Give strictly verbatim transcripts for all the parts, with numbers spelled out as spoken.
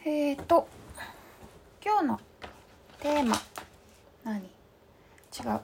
えーと今日のテーマ何違う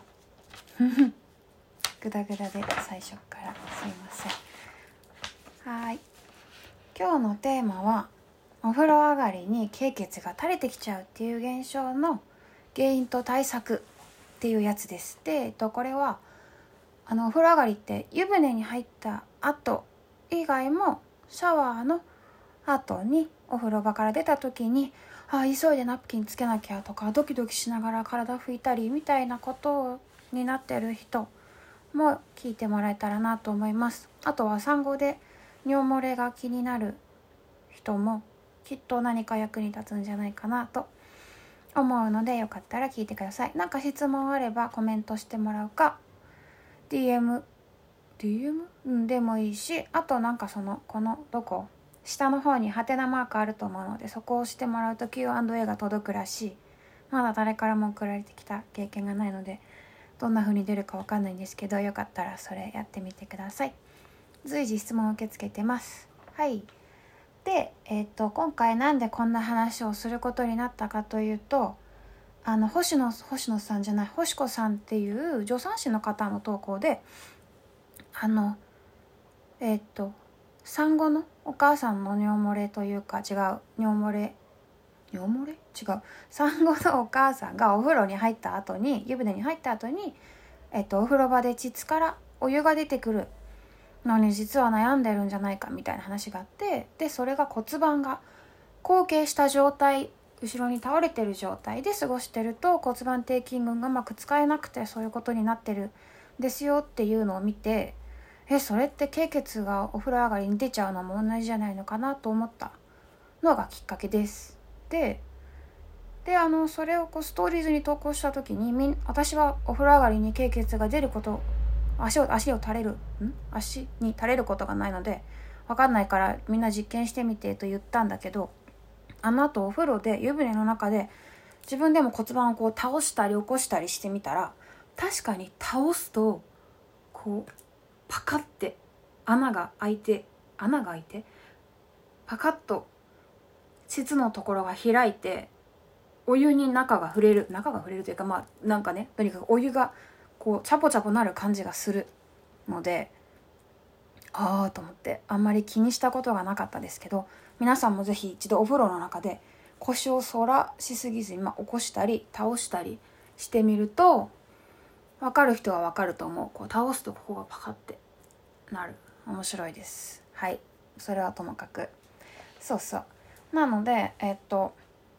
グダグダで最初からすいません。はい、今日のテーマはお風呂上がりに経血が垂れてきちゃうっていう現象の原因と対策っていうやつです。で、えっと、これはあのお風呂上がりって湯船に入った後以外もシャワーの後にお風呂場から出た時にあ急いでナプキンつけなきゃとかドキドキしながら体拭いたりみたいなことになってる人も聞いてもらえたらなと思います。あとは産後で尿漏れが気になる人もきっと何か役に立つんじゃないかなと思うので、よかったら聞いてください。なんか質問あればコメントしてもらうか ディーエム ディーエム、うん、でもいいし、あとなんかそのこのどこ下の方にハテナマークあると思うので、そこを押してもらうと キューアンドエー が届くらしい。まだ誰からも送られてきた経験がないのでどんな風に出るかわかんないんですけど、よかったらそれやってみてください。随時質問を受け付けてます。はい。で、えっと今回なんでこんな話をすることになったかというと、あの星野星野さんじゃない星子さんっていう助産師の方の投稿で、あのえっと産後のお母さんの尿漏れというか、違う尿漏れ尿漏れ違う産後のお母さんがお風呂に入った後に湯船に入った後に、えっと、お風呂場で膣からお湯が出てくるのに実は悩んでるんじゃないかみたいな話があって、でそれが骨盤が後傾した状態、後ろに倒れてる状態で過ごしてると骨盤底筋群がうまく使えなくてそういうことになってるんですよっていうのを見て、えそれって経血がお風呂上がりに出ちゃうのも同じじゃないのかなと思ったのがきっかけです。で、であのそれをこうストーリーズに投稿した時にみん私はお風呂上がりに経血が出ること足を足を垂れるん足に垂れることがないので分かんないからみんな実験してみてと言ったんだけど、あの後お風呂で湯船の中で自分でも骨盤をこう倒したり起こしたりしてみたら、確かに倒すとこうパカッて穴が開いて穴が開いてパカッと膣のところが開いてお湯に中が触れる中が触れるというか、まあなんかね、とにかくお湯がこうチャポチャポなる感じがするので、ああと思ってあんまり気にしたことがなかったですけど、皆さんもぜひ一度お風呂の中で腰を反らしすぎずに、まあ、起こしたり倒したりしてみると分かる人は分かると思う。こう倒すとここがパカってなる。面白いです。はい、それはともかく、そうそうなのでえっと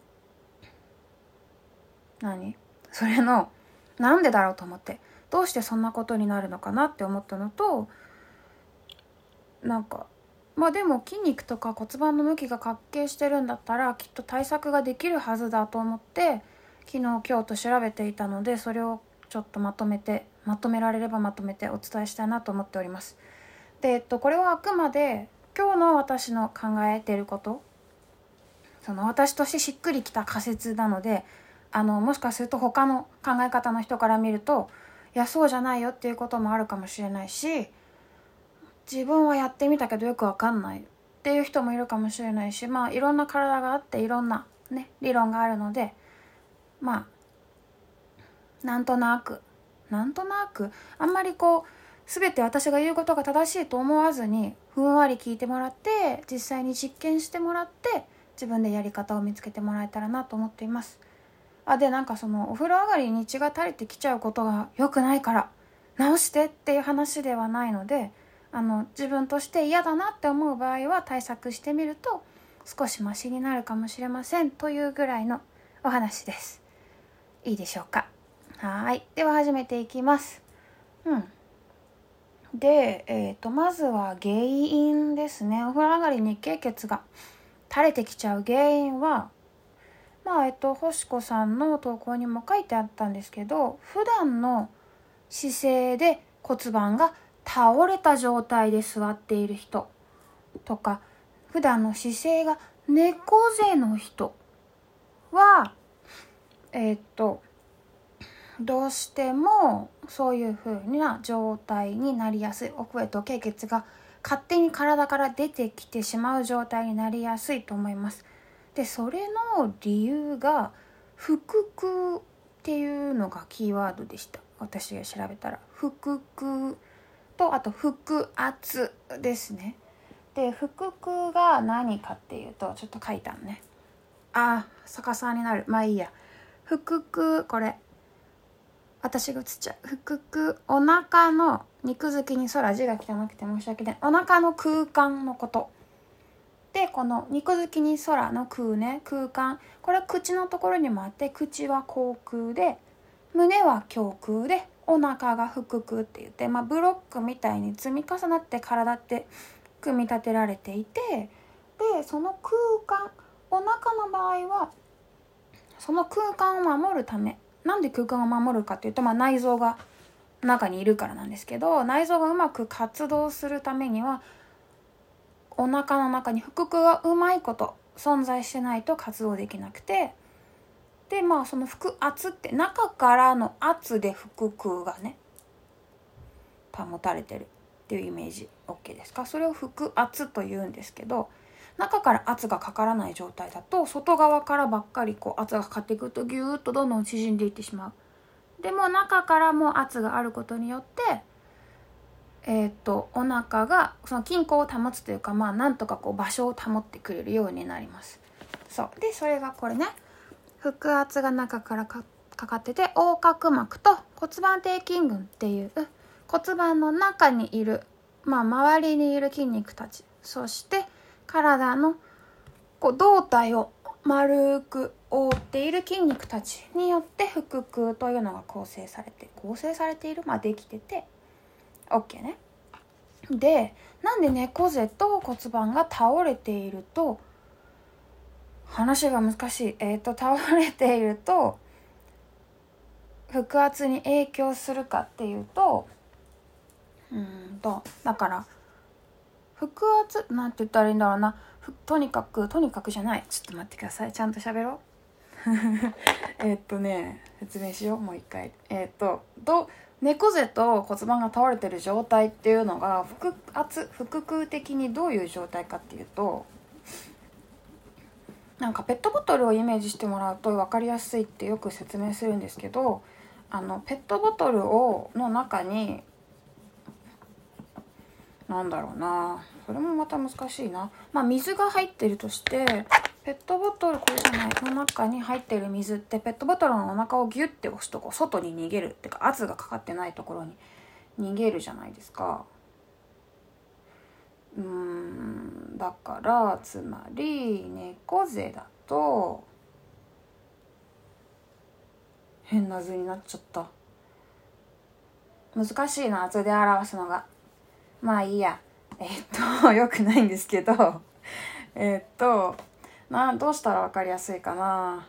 何それのなんでだろうと思って、どうしてそんなことになるのかなって思ったのと、なんかまあでも筋肉とか骨盤の向きが関係してるんだったらきっと対策ができるはずだと思って昨日今日と調べていたので、それをちょっとまとめてまとめられればまとめてお伝えしたいなと思っております。で、えっと、これはあくまで今日の私の考えていること、その私としてしっくりきた仮説なので、あのもしかすると他の考え方の人から見るといやそうじゃないよっていうこともあるかもしれないし、自分はやってみたけどよくわかんないっていう人もいるかもしれないし、まあいろんな体があっていろんなね理論があるので、まあなんとなくなんとなくあんまりこう全て私が言うことが正しいと思わずにふんわり聞いてもらって、実際に実験してもらって自分でやり方を見つけてもらえたらなと思っています。あでなんかそのお風呂上がりに血が垂れてきちゃうことが良くないから直してっていう話ではないので、あの自分として嫌だなって思う場合は対策してみると少しマシになるかもしれませんというぐらいのお話です。いいでしょうか。はい、では始めていきます。うんで、えー、とまずは原因ですね。お風呂上がりに経血が垂れてきちゃう原因は、まあえっと星子さんの投稿にも書いてあったんですけど、普段の姿勢で骨盤が倒れた状態で座っている人とか、普段の姿勢が猫背の人はえっとどうしてもそういう風な状態になりやすい、奥へと経血が勝手に体から出てきてしまう状態になりやすいと思います。 でそれの理由が腹腔っていうのがキーワードでした。私が調べたら腹腔とあと腹圧ですね。で腹腔が何かっていうとちょっと書いたのね。あー逆さになる、まあいいや。腹腔、これ私が写っちゃう。腹腔、お腹の肉付きに空、字が汚くて申し訳ない。お腹の空間のことで、この肉付きに空の空ね、空間、これは口のところにもあって、口は口腔で胸は胸腔でお腹が腹腔って言って、まあ、ブロックみたいに積み重なって体って組み立てられていて、でその空間、お腹の場合はその空間を守るため、なんで空間を守るかっていうと、まあ、内臓が中にいるからなんですけど、内臓がうまく活動するためにはお腹の中に腹腔がうまいこと存在してないと活動できなくて、でまあその腹圧って中からの圧で腹腔がね保たれてるっていうイメージ OK ですか。それを腹圧と言うんですけど、中から圧がかからない状態だと外側からばっかりこう圧がかかっていくとギューッとどんどん縮んでいってしまう。でも中からも圧があることによってえー、とお腹がその均衡を保つというか、まあなんとかこう場所を保ってくれるようになります。そうでそれがこれね、腹圧が中からかかかってて、横隔膜と骨盤底筋群っていう骨盤の中にいる、まあ周りにいる筋肉たち、そして体のこう胴体を丸く覆っている筋肉たちによって腹腔というのが構成されて構成されている、まあできててOK ね。でなんで猫背と骨盤が倒れていると、話が難しい、えー、と倒れていると腹圧に影響するかっていうと、うーんとだから腹圧なんて言ったらいいんだろうな、とにかくとにかくじゃない、ちょっと待ってください、ちゃんと喋ろうえっとね説明しようもう一回。えっ、ー、とど猫背と骨盤が倒れてる状態っていうのが腹圧腹腔的にどういう状態かっていうと、なんかペットボトルをイメージしてもらうと分かりやすいってよく説明するんですけど、あのペットボトルをの中になんだろうな、それもまた難しいな、まあ水が入ってるとして、ペットボトルこれじゃないの中に入ってる水ってペットボトルのお腹をギュッて押すとこう外に逃げるってか、圧がかかってないところに逃げるじゃないですか。うーんだからつまり猫背だと変な図になっちゃった。難しいな図で表すのが。まあいいや。えっとよくないんですけどえっとなどうしたら分かりやすいかな。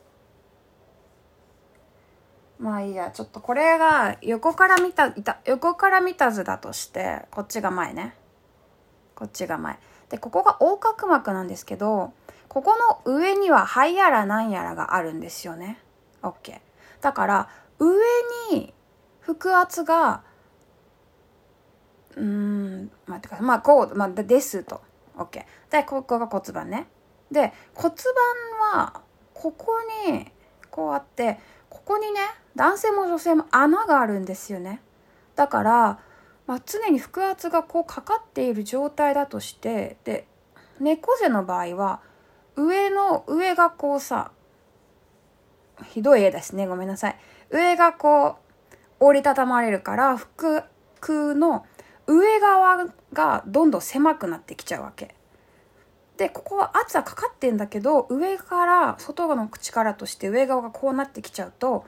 まあいいや、ちょっとこれが横から見たいた横から見た図だとして、こっちが前ね、こっちが前で、ここが横隔膜なんですけど、ここの上には肺やらなんやらがあるんですよね。 OK だから上に腹圧がうーん待ってください、まあこう、まあ、ですと OK で、ここが骨盤ね。で骨盤はここにこうあって、ここにね男性も女性も穴があるんですよね。だから、まあ、常に腹圧がこうかかっている状態だとして、で猫背の場合は上の上がこうさ、ひどい絵ですね、ごめんなさい、上がこう折りたたまれるから腹腔の上側がどんどん狭くなってきちゃうわけで、ここは圧はかかってんだけど、上から外側の力として上側がこうなってきちゃうと、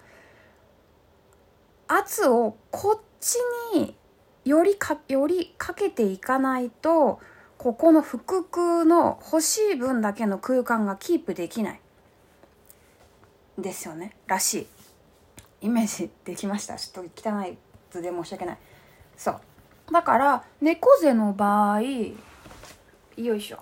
圧をこっちによりかよりかけていかないと、ここの腹腔の欲しい分だけの空間がキープできないですよね、らしい。イメージできました？ちょっと汚い図で申し訳ない。そうだから猫背の場合、よいしょ、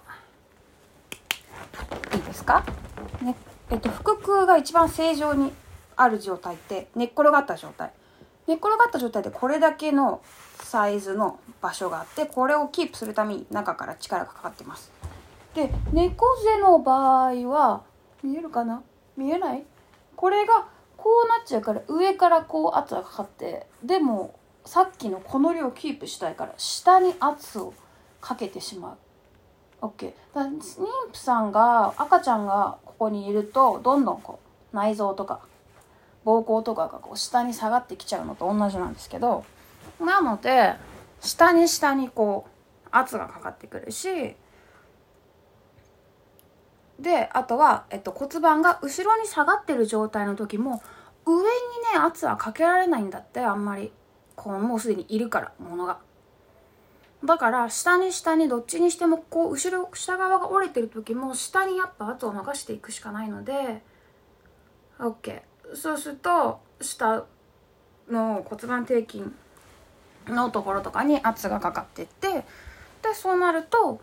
いいですか、ねえっと、腹腔が一番正常にある状態って寝っ転がった状態、寝っ転がった状態でこれだけのサイズの場所があって、これをキープするために中から力がかかってます。 で猫背の場合は見えるかな、見えない、これがこうなっちゃうから上からこう圧がかかって、でもさっきのこの量キープしたいから下に圧をかけてしまう。 OK だ。妊婦さんが赤ちゃんがここにいるとどんどんこう内臓とか膀胱とかがこう下に下がってきちゃうのと同じなんですけど、なので下に下にこう圧がかかってくるし、であとは、えっと、骨盤が後ろに下がってる状態の時も上にね圧はかけられないんだって。あんまりこうもうすでにいるからものが。だから下に下にどっちにしてもこう後ろ下側が折れてる時も下にやっぱ圧を流していくしかないので OK。 そうすると下の骨盤底筋のところとかに圧がかかっていって、でそうなると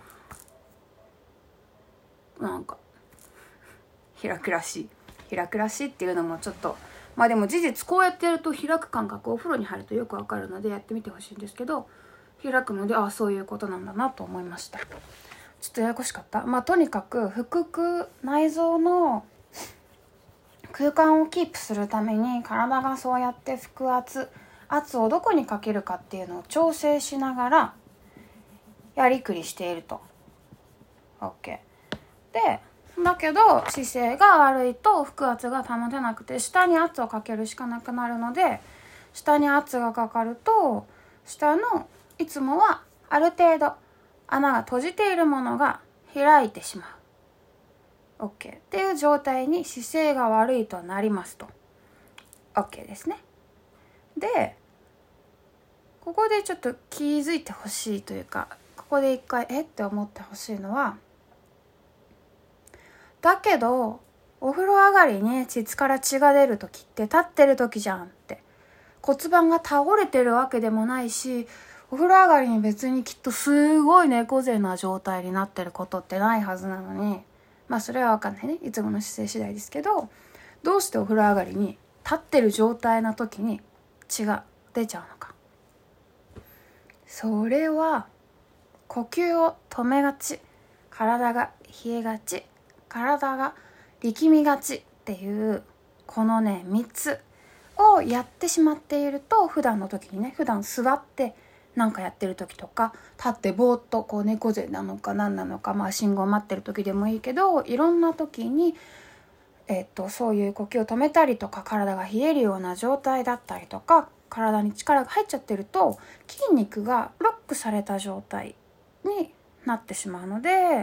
なんか開くらしい開くらしいっていうのもちょっとまあでも事実こうやってやると開く感覚お風呂に入るとよくわかるのでやってみてほしいんですけど、開くのでああそういうことなんだなと思いました。ちょっとややこしかった。まあとにかく腹腔内臓の空間をキープするために体がそうやって腹圧圧をどこにかけるかっていうのを調整しながらやりくりしていると。 OK でだけど姿勢が悪いと腹圧が保てなくて下に圧をかけるしかなくなるので、下に圧がかかると下のいつもはある程度穴が閉じているものが開いてしまう OK っていう状態に姿勢が悪いとなりますと OK ですね。でここでちょっと気づいてほしいというか、ここで一回えって思ってほしいのは、だけどお風呂上がりに膣から血が出る時って立ってる時じゃんって、骨盤が倒れてるわけでもないし、お風呂上がりに別にきっとすごい猫背な状態になってることってないはずなのに、まあそれは分かんないね、いつもの姿勢次第ですけど、どうしてお風呂上がりに立ってる状態な時に血が出ちゃうのか。それは呼吸を止めがち、体が冷えがち、体が力みがちっていうこのねみっつをやってしまっていると、普段の時にね、普段座ってなんかやってる時とか立ってぼーっとこう猫背なのか何なのか、まあ信号待ってる時でもいいけど、いろんな時にえっとそういう呼吸を止めたりとか、体が冷えるような状態だったりとか、体に力が入っちゃってると筋肉がロックされた状態になってしまうので、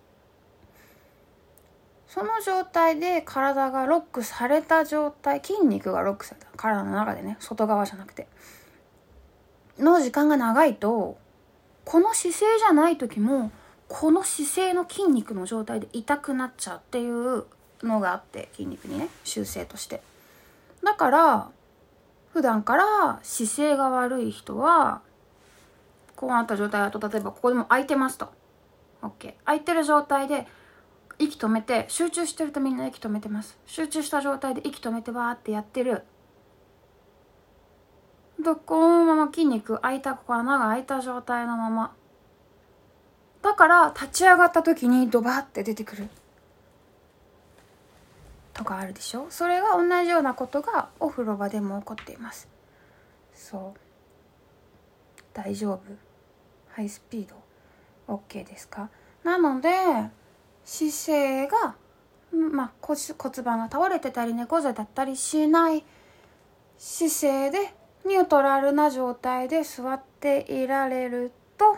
その状態で体がロックされた状態、筋肉がロックされた体の中でね、外側じゃなくての時間が長いと、この姿勢じゃない時もこの姿勢の筋肉の状態で痛くなっちゃうっていうのがあって、筋肉にね習性として。だから普段から姿勢が悪い人はこうなった状態だと、例えばここでも空いてますと OK、 空いてる状態で息止めて、集中してるとみんな息止めてます。集中した状態で息止めてバーってやってる。でこのまま筋肉開いた、ここ穴が開いた状態のままだから、立ち上がった時にドバーって出てくるとかあるでしょ。それが同じようなことがお風呂場でも起こっています。そう、大丈夫？ハイスピード OK ですか？なので姿勢が、まあ、骨盤が倒れてたり猫背だったりしない姿勢でニュートラルな状態で座っていられると、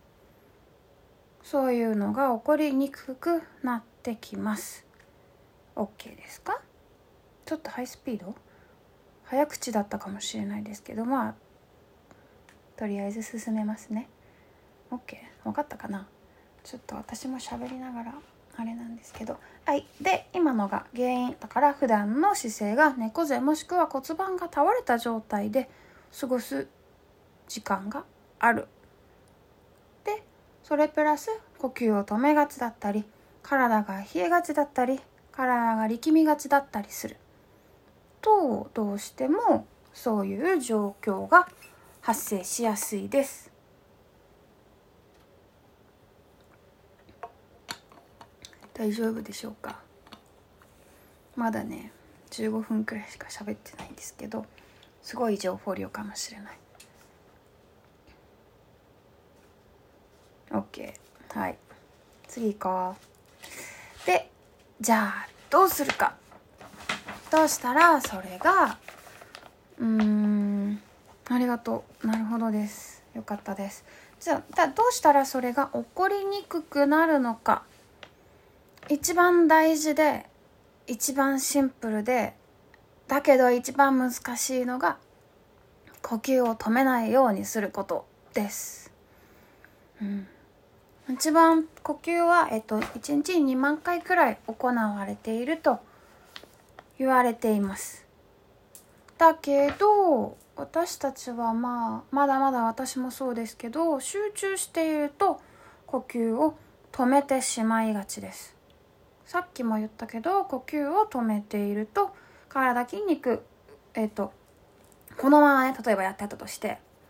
そういうのが起こりにくくなってきます。 OK ですか？ちょっとハイスピード早口だったかもしれないですけど、まあとりあえず進めますね。 OK、 分かったかな。ちょっと私も喋りながらあれなんですけど、はい。で今のが原因だから、普段の姿勢が猫背もしくは骨盤が倒れた状態で過ごす時間がある。でそれプラス呼吸を止めがちだったり、体が冷えがちだったり、体が力みがちだったりすると、どうしてもそういう状況が発生しやすいです。 大丈夫でしょうか。まだねじゅうごふんくらいしか喋ってないんですけど、すごい情報量かもしれない。 OK、 はい、次行こう。でじゃあどうするか、どうしたらそれがうーんありがとう、なるほどです、よかったです。じゃあどうしたらそれが起こりにくくなるのか。一番大事で一番シンプルでだけど一番難しいのが呼吸を止めないようにすることです、うん、一番呼吸は、えっと、いちにちににまんかいくらい行われていると言われています。だけど私たちは、まあ、まだまだ私もそうですけど、集中していると呼吸を止めてしまいがちです。さっきも言ったけど、呼吸を止めていると体筋肉、えっとこのままね、例えばやってたとして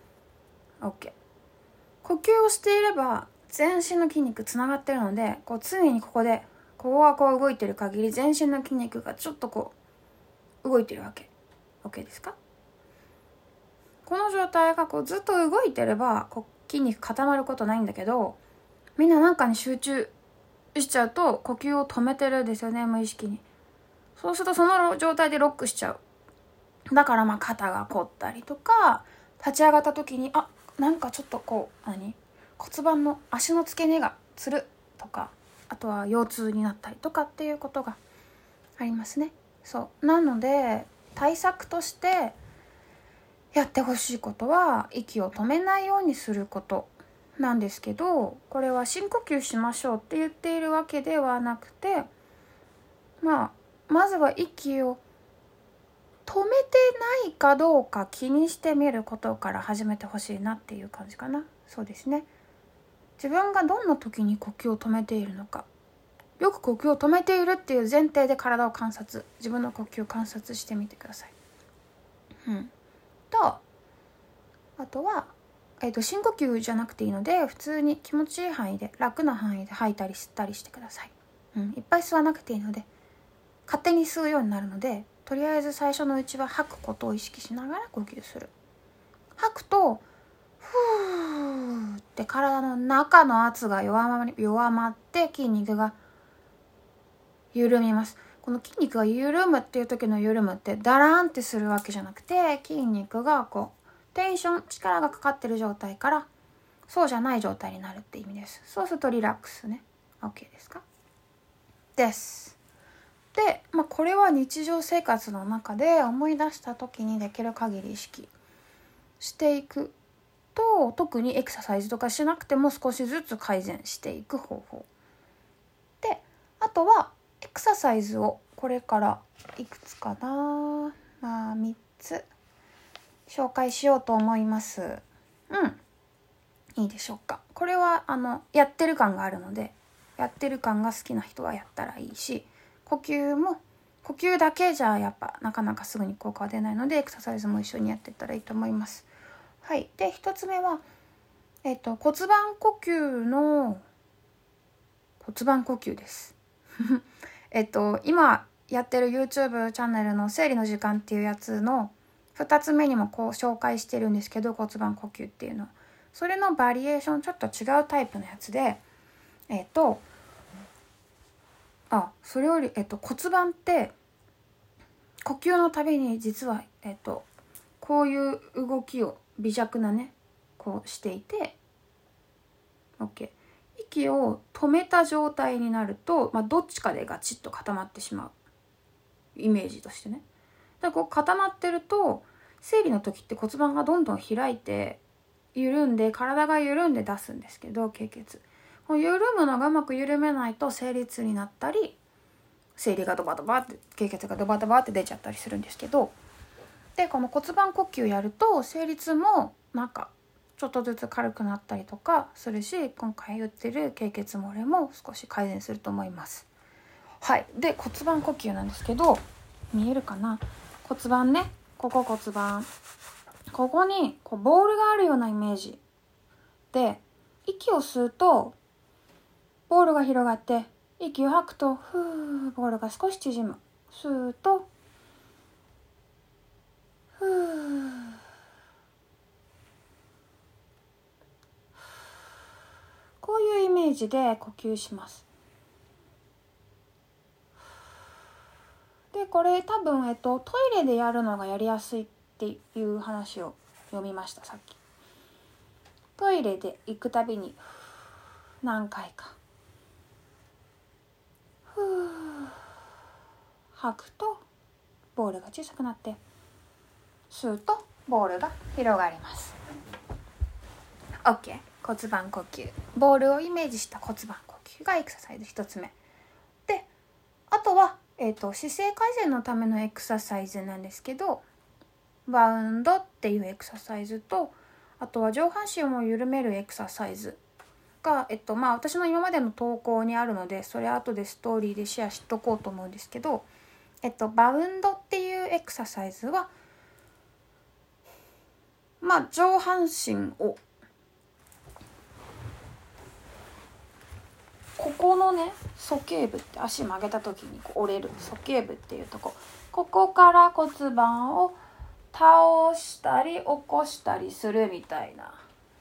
OK、 呼吸をしていれば全身の筋肉つながってるので、こう常にここでここがこう動いてる限り全身の筋肉がちょっとこう動いてるわけ。 OK ですか。この状態がこうずっと動いてればこう筋肉固まることないんだけど、みんななんかに集中しちゃうと呼吸を止めてるんですよね、無意識に。そうするとその状態でロックしちゃう。だからまあ肩が凝ったりとか、立ち上がった時にあなんかちょっとこう何骨盤の足の付け根がつるとか、あとは腰痛になったりとかっていうことがありますね。そうなので対策としてやってほしいことは息を止めないようにすることなんですけど、これは深呼吸しましょうって言っているわけではなくて、まあまずは息を止めてないかどうか気にしてみることから始めてほしいなっていう感じかな。そうですね。自分がどんな時に呼吸を止めているのか、よく呼吸を止めているっていう前提で体を観察、自分の呼吸を観察してみてください。うんと、あとは、えーと、深呼吸じゃなくていいので、普通に気持ちいい範囲で楽な範囲で吐いたり吸ったりしてください。うん、いっぱい吸わなくていいので、勝手に吸うようになるので、とりあえず最初のうちは吐くことを意識しながら呼吸する。吐くとふーって体の中の圧が弱まり、弱まって筋肉が緩みます。この筋肉が緩むっていう時の緩むってダラーンってするわけじゃなくて、筋肉がこうテンション、力がかかってる状態からそうじゃない状態になるって意味です。そうするとリラックスね。 OK ですか。ですで、まあ、これは日常生活の中で思い出した時にできる限り意識していくと、特にエクササイズとかしなくても少しずつ改善していく方法で、あとはエクササイズをこれからいくつかな、まあみっつ紹介しようと思います。うんいいでしょうか。これはあのやってる感があるので、やってる感が好きな人はやったらいいし、呼吸も呼吸だけじゃやっぱなかなかすぐに効果は出ないので、エクササイズも一緒にやっていったらいいと思います。はい。で一つ目は、えっと、骨盤呼吸の骨盤呼吸ですえっと今やってる YouTube チャンネルの生理の時間っていうやつのふたつめにもこう紹介してるんですけど、骨盤呼吸っていうの、それのバリエーションちょっと違うタイプのやつで、えっとあそれより、えっと、骨盤って呼吸のたびに実は、えっと、こういう動きを微弱なねこうしていて OK、 息を止めた状態になると、まあ、どっちかでガチッと固まってしまうイメージとしてね。だからこう固まってると生理の時って骨盤がどんどん開いて緩んで体が緩んで出すんですけど、経血こう緩むのがうまく緩めないと生理痛になったり、生理がドバドバって経血がドバドバって出ちゃったりするんですけど、でこの骨盤呼吸やると生理痛もなんかちょっとずつ軽くなったりとかするし、今回言ってる経血漏れも少し改善すると思います。はい。で骨盤呼吸なんですけど、見えるかな、骨盤ね、ここ骨盤、ここにこうボールがあるようなイメージで、息を吸うとボールが広がって、 息を吐くとふー、ボールが少し縮む。吸うとふー、こういうイメージで呼吸します。でこれ多分、えっと、トイレでやるのがやりやすいっていう話を読みました。さっきトイレで行くたびに何回かふー吐くとボールが小さくなって、吸うとボールが広がります。 OK。 骨盤呼吸、ボールをイメージした骨盤呼吸がエクササイズひとつめで、あとは、えーと、姿勢改善のためのエクササイズなんですけど、バウンドっていうエクササイズと、あとは上半身を緩めるエクササイズが、えっとまあ、私の今までの投稿にあるので、それ後でストーリーでシェアしとこうと思うんですけど、えっと、バウンドっていうエクササイズは、まあ、上半身をここのね、鼠径部って足曲げた時にこう折れる鼠径部っていうとこ、ここから骨盤を倒したり起こしたりするみたいな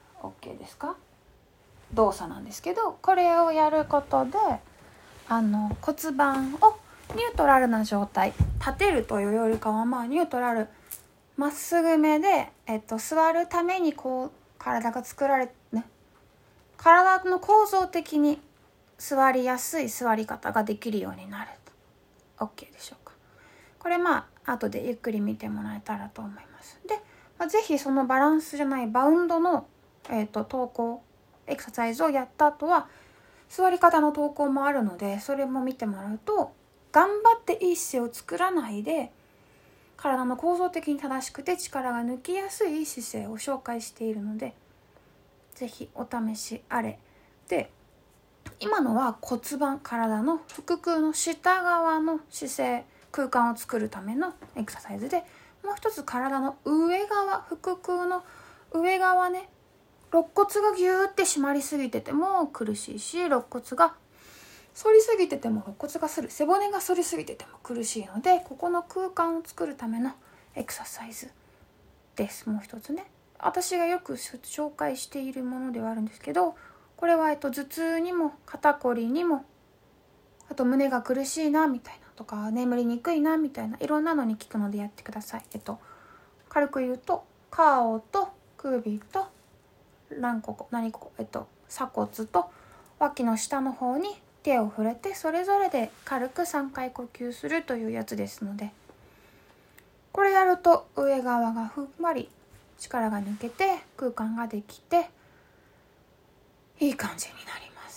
OK ですか、動作なんですけど、これをやることであの骨盤をニュートラルな状態、立てるというよりかは、まあニュートラル、まっすぐめで、えっと、座るためにこう体が作られね、体の構造的に座りやすい座り方ができるようになると OK でしょうか。これまあ後でゆっくり見てもらえたらと思います。で、まあ、ぜひそのバランスじゃないバウンドの、えーと、投稿エクササイズをやった後は座り方の投稿もあるので、それも見てもらうと、頑張っていい姿勢を作らないで体の構造的に正しくて力が抜きやすい姿勢を紹介しているので、ぜひお試しあれ。で、今のは骨盤、体の腹腔の下側の姿勢、空間を作るためのエクササイズで、もう一つ体の上側、腹腔の上側ね、肋骨がギューって締まりすぎてても苦しいし、肋骨が反りすぎてても肋骨が反る、背骨が反りすぎてても苦しいので、ここの空間を作るためのエクササイズです。もう一つね、私がよく紹介しているものではあるんですけど、これはえっと頭痛にも肩こりにも、あと胸が苦しいなみたいなとか、眠りにくいなみたいな、いろんなのに効くのでやってください。えっと軽く言うと、顔と首と何個何個えっと鎖骨と脇の下の方に手を触れて、それぞれで軽くさんかい呼吸するというやつですので、これやると上側がふんわり力が抜けて空間ができていい感じになります。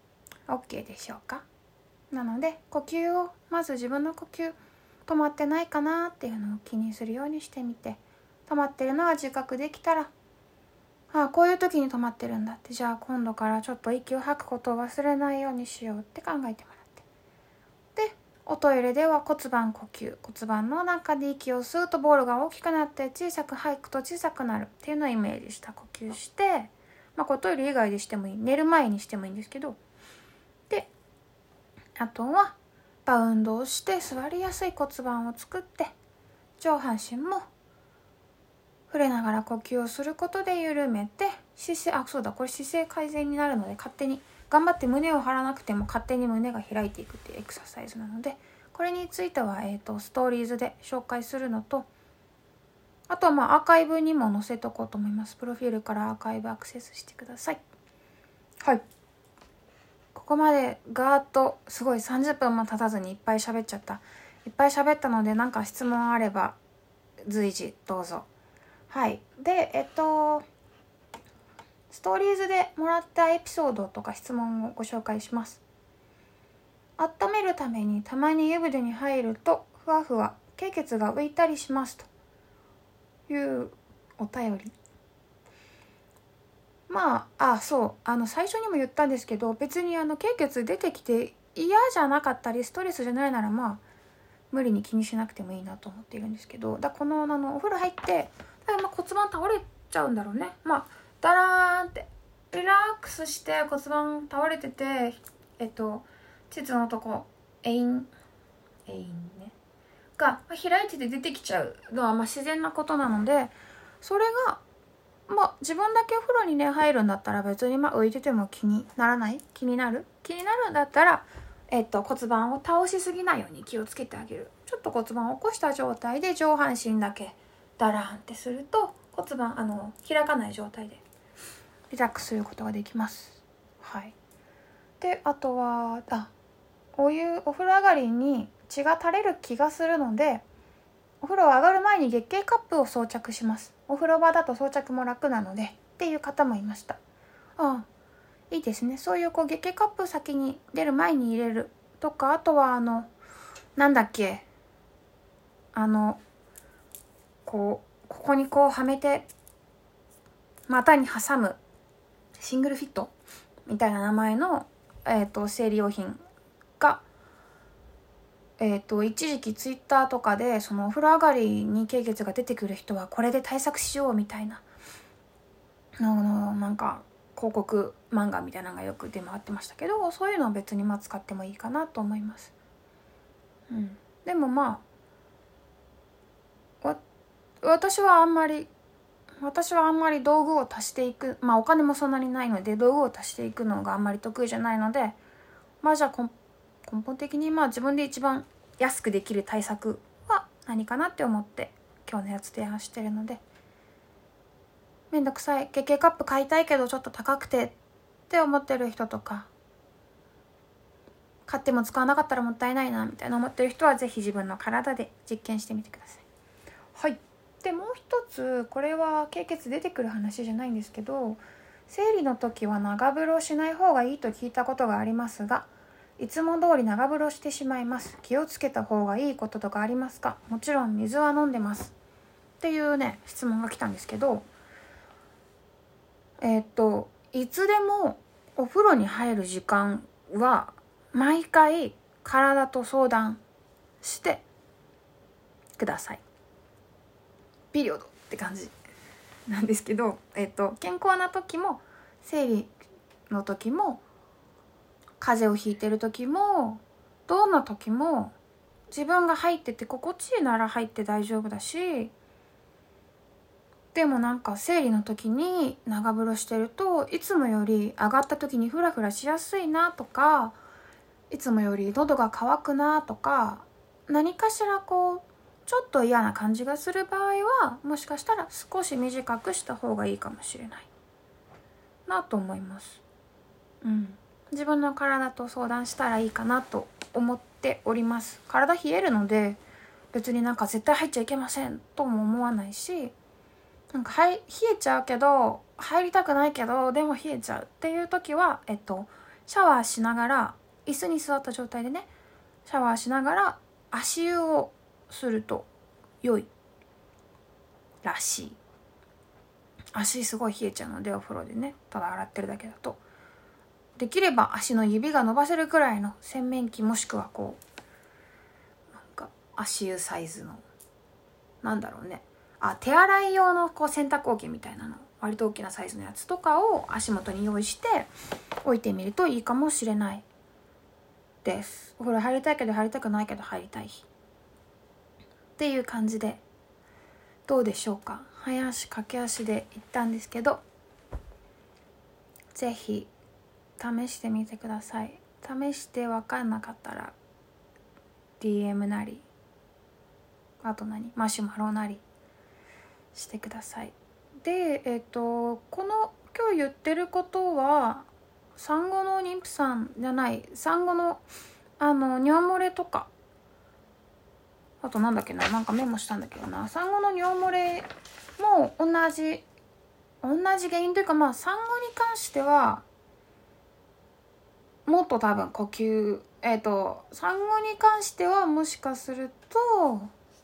OK でしょうか。なので呼吸をまず自分の呼吸止まってないかなっていうのを気にするようにしてみて、止まってるのが自覚できたら、ああこういう時に止まってるんだって、じゃあ今度からちょっと息を吐くことを忘れないようにしようって考えてもらって、でおトイレでは骨盤呼吸、骨盤の中で息を吸うとボールが大きくなって、小さく吐くと小さくなるっていうのをイメージした呼吸して、まあこれトイレ以外でしてもいい、寝る前にしてもいいんですけど、であとはバウンドをして座りやすい骨盤を作って、上半身も触れながら呼吸をすることで緩めて、姿勢、あ、そうだ、これ姿勢改善になるので、勝手に頑張って胸を張らなくても勝手に胸が開いていくっていうエクササイズなので、これについては、えーと、ストーリーズで紹介するのと、あとはまあアーカイブにも載せとこうと思います。プロフィールからアーカイブアクセスしてください。はい。ここまでガーッとすごいさんじゅっぷんも経たずにいっぱい喋っちゃった。いっぱい喋ったので、なんか質問あれば随時どうぞ。はい。で、えっと、ストーリーズでもらったエピソードとか質問をご紹介します。温めるためにたまに湯船に入るとふわふわ経血が浮いたりしますというお便り。まあ、あ、そう、あの最初にも言ったんですけど、別にあの経血出てきて嫌じゃなかったりストレスじゃないなら、まあ無理に気にしなくてもいいなと思っているんですけど、だこのあのお風呂入ってだまあ骨盤倒れちゃうんだろうね。まあだらーんってリラックスして骨盤倒れてて、えっと膣のとこ栄陰栄陰ねが開いてて出てきちゃうのはまあ自然なことなので、それがまあ自分だけお風呂にね入るんだったら別にまあ浮いてても気にならない、気になる気になるんだったら、えっと骨盤を倒しすぎないように気をつけてあげる。ちょっと骨盤を起こした状態で上半身だけダラーンってすると骨盤あの開かない状態でリラックスすることができます。はい。であとはあお湯お風呂上がりに血が垂れる気がするので、お風呂上がる前に月経カップを装着します。お風呂場だと装着も楽なのでっていう方もいました。ああいいですね。そういうこう月経カップ先に出る前に入れるとか、あとはあのなんだっけあのこうここにこうはめて股に挟むシングルフィットみたいな名前の、えー、と生理用品が、えー、と一時期ツイッターとかでそのお風呂上がりに経血が出てくる人はこれで対策しようみたいなののなんか広告漫画みたいなのがよく出回ってましたけど、そういうのは別にまあ使ってもいいかなと思います。うん、でもまあわ私はあんまり私はあんまり道具を足していく、まあお金もそんなにないので道具を足していくのがあんまり得意じゃないので、まあじゃあ根本的にまあ自分で一番安くできる対策は何かなって思って今日のやつ提案してるので、めんどくさい月経カップ買いたいけどちょっと高くてって思ってる人とか、買っても使わなかったらもったいないなみたいな思ってる人はぜひ自分の体で実験してみてください。はい。でもう一つ、これは経血出てくる話じゃないんですけど、生理の時は長風呂しない方がいいと聞いたことがありますが、いつも通り長風呂してしまいます。気をつけた方がいいこととかありますか？もちろん水は飲んでますっていうね質問が来たんですけど、えー、っといつでもお風呂に入る時間は毎回体と相談してください。ピリオドって感じなんですけど、えっと健康な時も生理の時も風邪をひいてる時もどんな時も自分が入ってて心地いいなら入って大丈夫だし、でもなんか生理の時に長風呂してるといつもより上がった時にフラフラしやすいなとか、いつもより喉が渇くなとか、何かしらこうちょっと嫌な感じがする場合はもしかしたら少し短くした方がいいかもしれないなと思います。うん、自分の体と相談したらいいかなと思っております。体冷えるので別になんか絶対入っちゃいけませんとも思わないし、なんかはい冷えちゃうけど入りたくないけどでも冷えちゃうっていう時は、えっとシャワーしながら椅子に座った状態でねシャワーしながら足湯をすると良いらしい。足すごい冷えちゃうのでお風呂でねただ洗ってるだけだと、できれば足の指が伸ばせるくらいの洗面器もしくはこうなんか足湯サイズのなんだろうねあ手洗い用のこう洗濯桶みたいなの割と大きなサイズのやつとかを足元に用意して置いてみるといいかもしれないです。お風呂入りたいけど入りたくないけど入りたい日っていう感じでどうでしょうか。早足駆け足で行ったんですけど、ぜひ試してみてください。試して分かんなかったら ディーエム なりあと何マシュマロなりしてください。でえっとこの今日言ってることは産後の妊婦さんじゃない産後のあの尿漏れとか、あとなんだっけななんかメモしたんだけどな、産後の尿漏れも同じ同じ原因というか、まあ産後に関してはもっと多分呼吸えっと産後に関してはもしかすると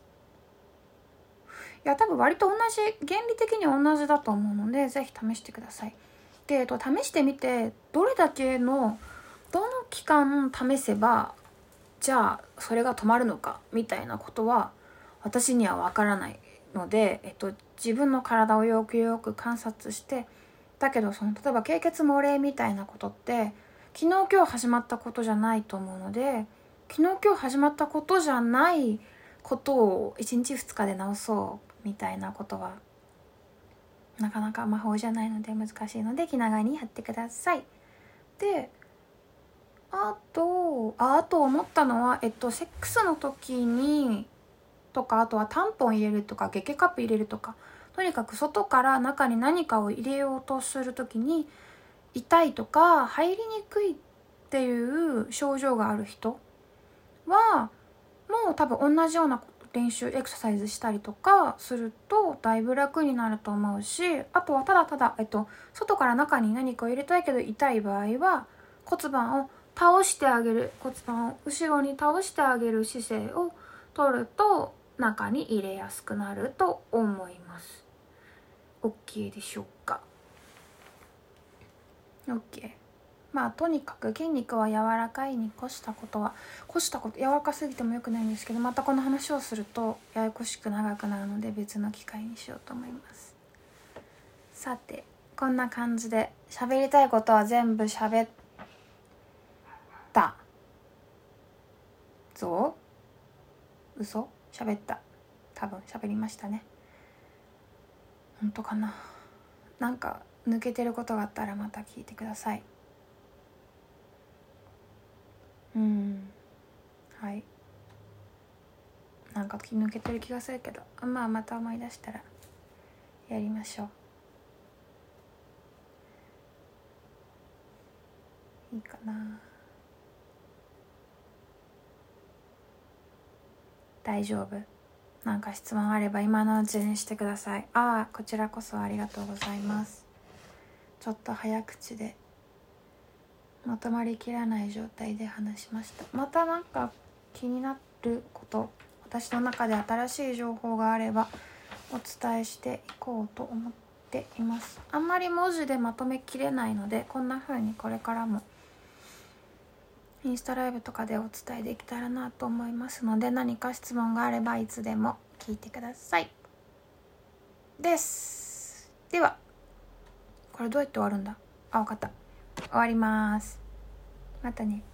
いや多分割と同じ原理的には同じだと思うのでぜひ試してください。で、えっと、試してみてどれだけのどの期間試せばじゃあそれが止まるのかみたいなことは私には分からないので、えっと、自分の体をよくよく観察して、だけどその例えば経血漏れみたいなことって昨日今日始まったことじゃないと思うので、昨日今日始まったことじゃないことをいちにちふつかで直そうみたいなことはなかなか魔法じゃないので難しいので、気長にやってください。で、あとああと思ったのは、えっとセックスの時にとか、あとはタンポン入れるとか月経カップ入れるとか、とにかく外から中に何かを入れようとする時に痛いとか入りにくいっていう症状がある人はもう多分同じような練習エクササイズしたりとかするとだいぶ楽になると思うし、あとはただただ、えっと、外から中に何かを入れたいけど痛い場合は骨盤を倒してあげる、骨盤を後ろに倒してあげる姿勢を取ると中に入れやすくなると思います。 OK でしょうか。 OK。 まあとにかく筋肉は柔らかいに越したことは、越したこと柔らかすぎてもよくないんですけど、またこの話をするとややこしく長くなるので別の機会にしようと思います。さて、こんな感じで喋りたいことは全部喋ったぞ。嘘？喋った。多分喋りましたね。本当かな。なんか抜けてることがあったらまた聞いてください。うんはい、なんか抜けてる気がするけど、まあまた思い出したらやりましょう。いいかな。大丈夫？なんか質問あれば今のうちにしてください。ああ、こちらこそありがとうございます。ちょっと早口でまとまりきらない状態で話しました。またなんか気になること、私の中で新しい情報があればお伝えしていこうと思っています。あんまり文字でまとめきれないので、こんな風にこれからもインスタライブとかでお伝えできたらなと思いますので、何か質問があればいつでも聞いてください。です。ではこれどうやって終わるんだ。あ、分かった。終わります。またね。